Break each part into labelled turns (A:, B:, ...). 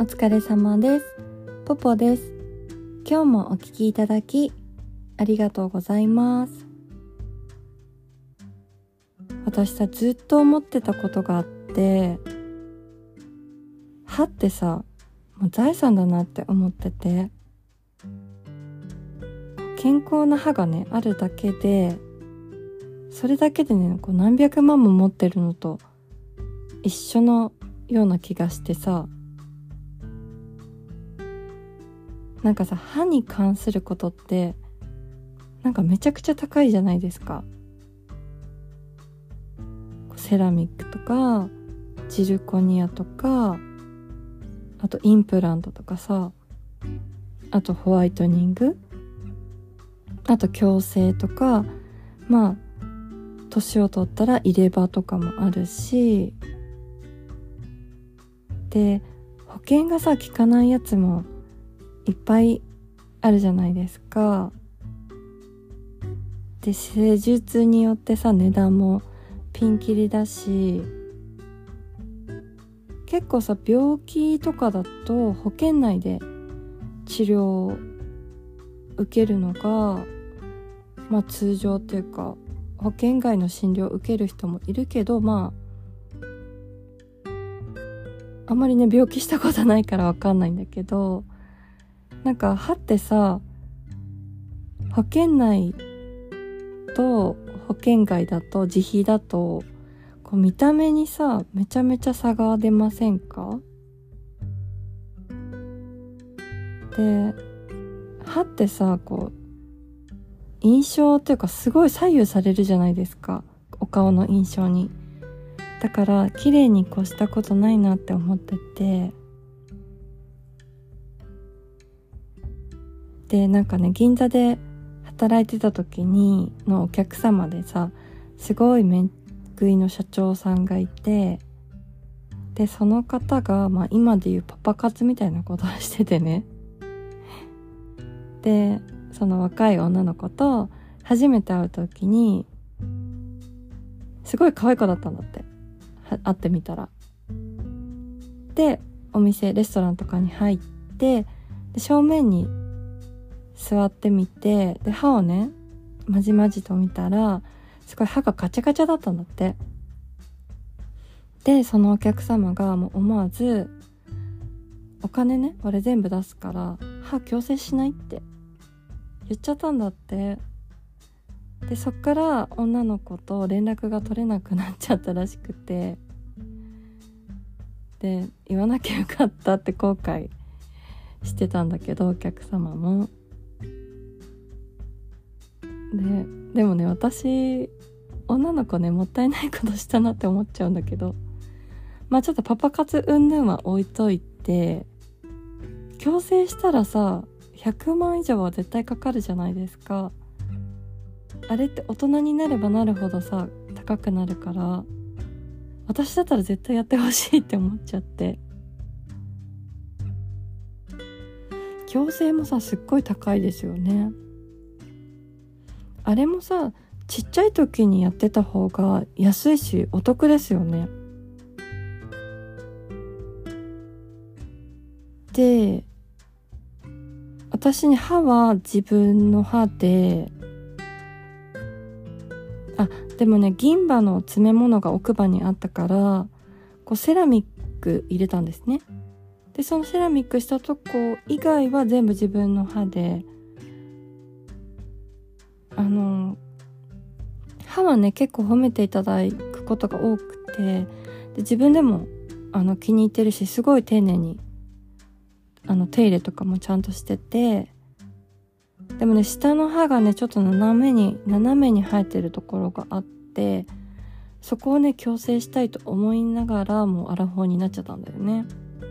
A: 疲れ様です。ポポです。今日もお聞きいただきありがとうございます。私さ、ずっと思ってたことがあって、歯ってさ、もう財産だなって思ってて、健康な歯がねあるだけで、それだけでね何百万も持ってるのと一緒のような気がしてさ、なんかさ、歯に関することってなんかめちゃくちゃ高いじゃないですか。セラミックとかジルコニアとか、あとインプラントとかさ、あとホワイトニング、あと矯正とか、まあ年を取ったら入れ歯とかもあるし、で保険がさ効かないやつもいっぱいあるじゃないですか。で施術によってさ値段もピンキリだし、結構さ病気とかだと保険内で治療を受けるのがまあ通常っていうか、保険外の診療を受ける人もいるけど、まああんまりね病気したことないからわかんないんだけど、なんか歯ってさ保険内と保険外だと自費だと見た目にさめちゃめちゃ差が出ませんか？で歯ってさ印象っていうかすごい左右されるじゃないですか、お顔の印象に。だから綺麗に越したことないなって思ってて、でなんかね銀座で働いてた時のお客様でさ、すごい面食いの社長さんがいて、でその方が、まあ、今でいうパパ活みたいなことをしててね、でその若い女の子と初めて会う時にすごい可愛い子だったんだって、会ってみたら。でお店レストランとかに入って、で正面に座ってみて、で歯をねまじまじと見たらすごい歯がカチャカチャだったんだって。でそのお客様がもう思わず、お金ね俺全部出すから歯矯正しないって言っちゃったんだって。でそっから女の子と連絡が取れなくなっちゃったらしくて、で言わなきゃよかったって後悔してたんだけど、お客様も。でもね私女の子ねもったいないことしたなって思っちゃうんだけど、まあちょっとパパ活云々は置いといて、矯正したらさ100万以上は絶対かかるじゃないですか。あれって大人になればなるほどさ高くなるから、私だったら絶対やってほしいって思っちゃって。矯正もさすっごい高いですよね。あれもさちっちゃい時にやってた方が安いしお得ですよね。で私ね歯は自分の歯で、でもね銀歯の詰め物が奥歯にあったからセラミック入れたんですね。でそのセラミックしたとこ以外は全部自分の歯で、歯はね結構褒めていただくことが多くて、で自分でも気に入ってるし、すごい丁寧に手入れとかもちゃんとしてて、でもね下の歯がねちょっと斜めに生えてるところがあって、そこをね矯正したいと思いながらもうアラフォーになっちゃったんだよね。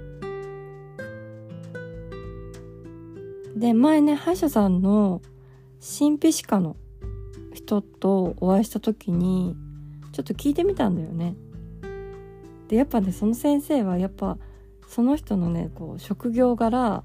A: で前ね歯医者さんの真皮歯科の人とお会いした時にちょっと聞いてみたんだよね。でやっぱねその先生はやっぱその人のね職業柄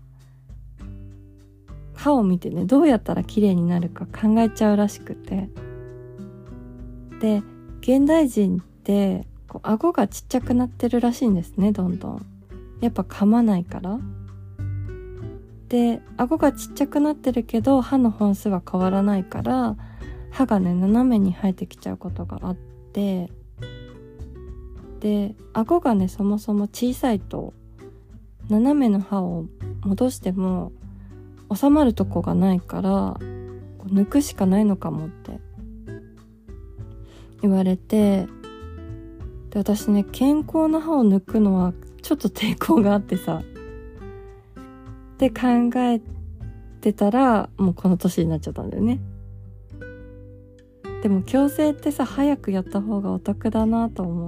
A: 歯を見てねどうやったら綺麗になるか考えちゃうらしくて、で現代人って顎がちっちゃくなってるらしいんですね、どんどん。 やっぱ噛まないから。で顎がちっちゃくなってるけど歯の本数は変わらないから、歯がね斜めに生えてきちゃうことがあって、で顎がねそもそも小さいと斜めの歯を戻しても収まるとこがないから、抜くしかないのかもって言われて、で私ね健康な歯を抜くのはちょっと抵抗があってさ、って考えてたらもうこの年になっちゃったんだよね。でも矯正ってさ早くやった方がお得だなと思って、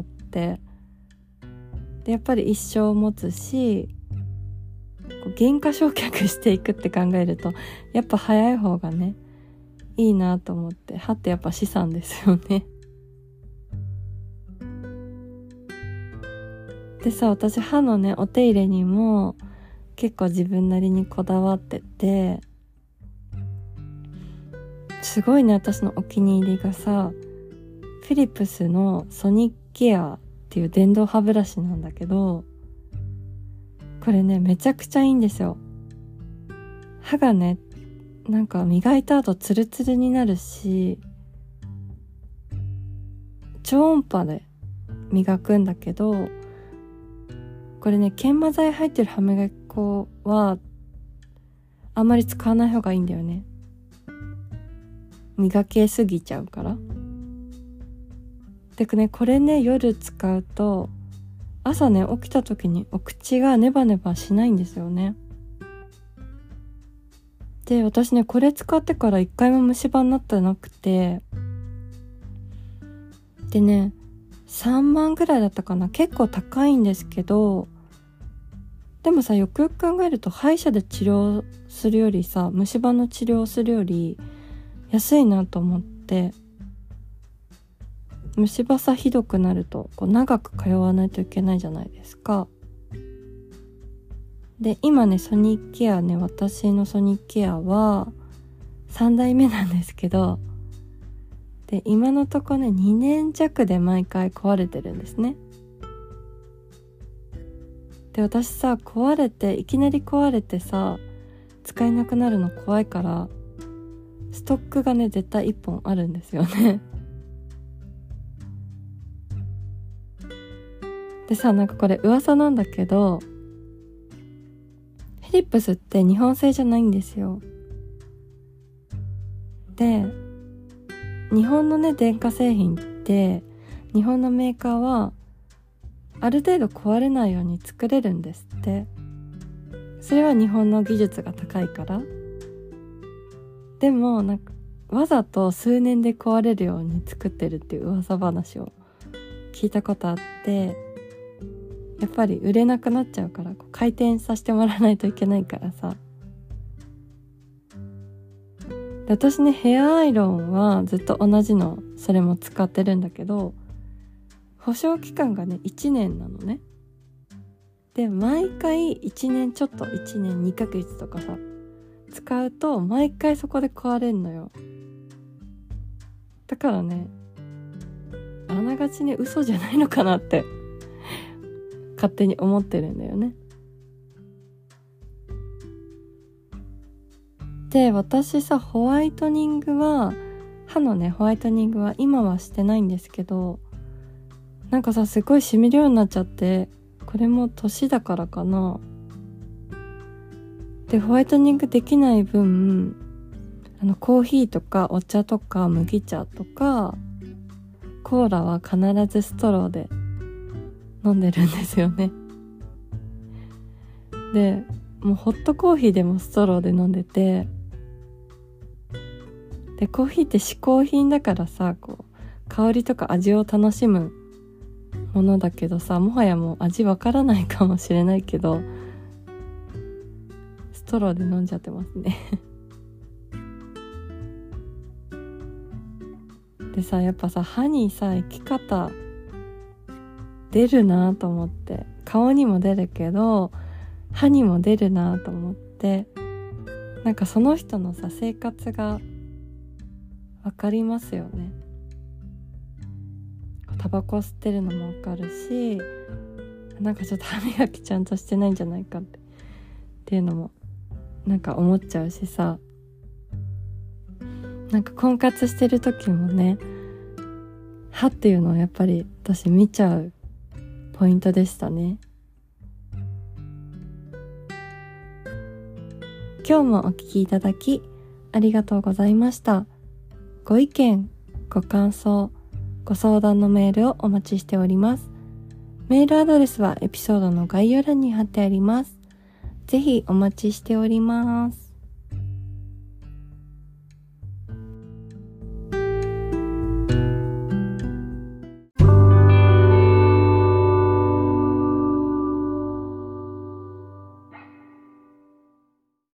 A: でやっぱり一生持つし、減価償却していくって考えるとやっぱ早い方がねいいなと思って、歯ってやっぱ資産ですよね。でさ、私歯のねお手入れにも結構自分なりにこだわってて、すごいね私のお気に入りがさ、フィリップスのソニックケアっていう電動歯ブラシなんだけど、これねめちゃくちゃいいんですよ。歯がねなんか磨いた後ツルツルになるし、超音波で磨くんだけど、これね研磨剤入ってる歯磨き粉はあんまり使わない方がいいんだよね。磨けすぎちゃうから。でねこれね夜使うと朝ね起きた時にお口がネバネバしないんですよね。で私ねこれ使ってから一回も虫歯になってなくて、でね3万ぐらいだったかな、結構高いんですけど、でもさよくよく考えると歯医者で治療するよりさ、虫歯の治療をするより安いなと思って、虫歯さひどくなると長く通わないといけないじゃないですか。で今ねソニックケアね、私のソニックケアは3代目なんですけど、で今のとこね2年弱で毎回壊れてるんですね。で私さいきなり壊れてさ使えなくなるの怖いから、ストックがね絶対1本あるんですよね。でさなんかこれ噂なんだけど、フィリップスって日本製じゃないんですよ。で日本のね電化製品って日本のメーカーはある程度壊れないように作れるんですって。それは日本の技術が高いから。でもなんかわざと数年で壊れるように作ってるっていう噂話を聞いたことあって、やっぱり売れなくなっちゃうから回転させてもらわないといけないからさ。で私ねヘアアイロンはずっと同じのそれも使ってるんだけど、保証期間がね1年なのね。で毎回1年ちょっと1年2ヶ月とかさ使うと毎回そこで壊れんのよ。だからねあながちね嘘じゃないのかなって勝手に思ってるんだよね。で私さホワイトニングは歯のねホワイトニングは今はしてないんですけど、なんかさすごい染みるようになっちゃって、これも年だからかな。でホワイトニングできない分コーヒーとかお茶とか麦茶とかコーラは必ずストローで飲んでるんですよね。でもうホットコーヒーでもストローで飲んでて、でコーヒーって嗜好品だからさ香りとか味を楽しむものだけどさ、もはやもう味わからないかもしれないけどストローで飲んじゃってますね。でさやっぱさ歯にさ生き方出るなと思って、顔にも出るけど歯にも出るなと思って、なんかその人のさ生活がわかりますよね。タバコ吸ってるのもわかるし、 なんかちょっと歯磨きちゃんとしてないんじゃないかっていうのもなんか思っちゃうしさ、なんか婚活してる時もね、歯っていうのはやっぱり私見ちゃうポイントでしたね。今日もお聞きいただきありがとうございました。ご意見、ご感想、ご相談のメールをお待ちしております。メールアドレスはエピソードの概要欄に貼ってあります。ぜひお待ちしております。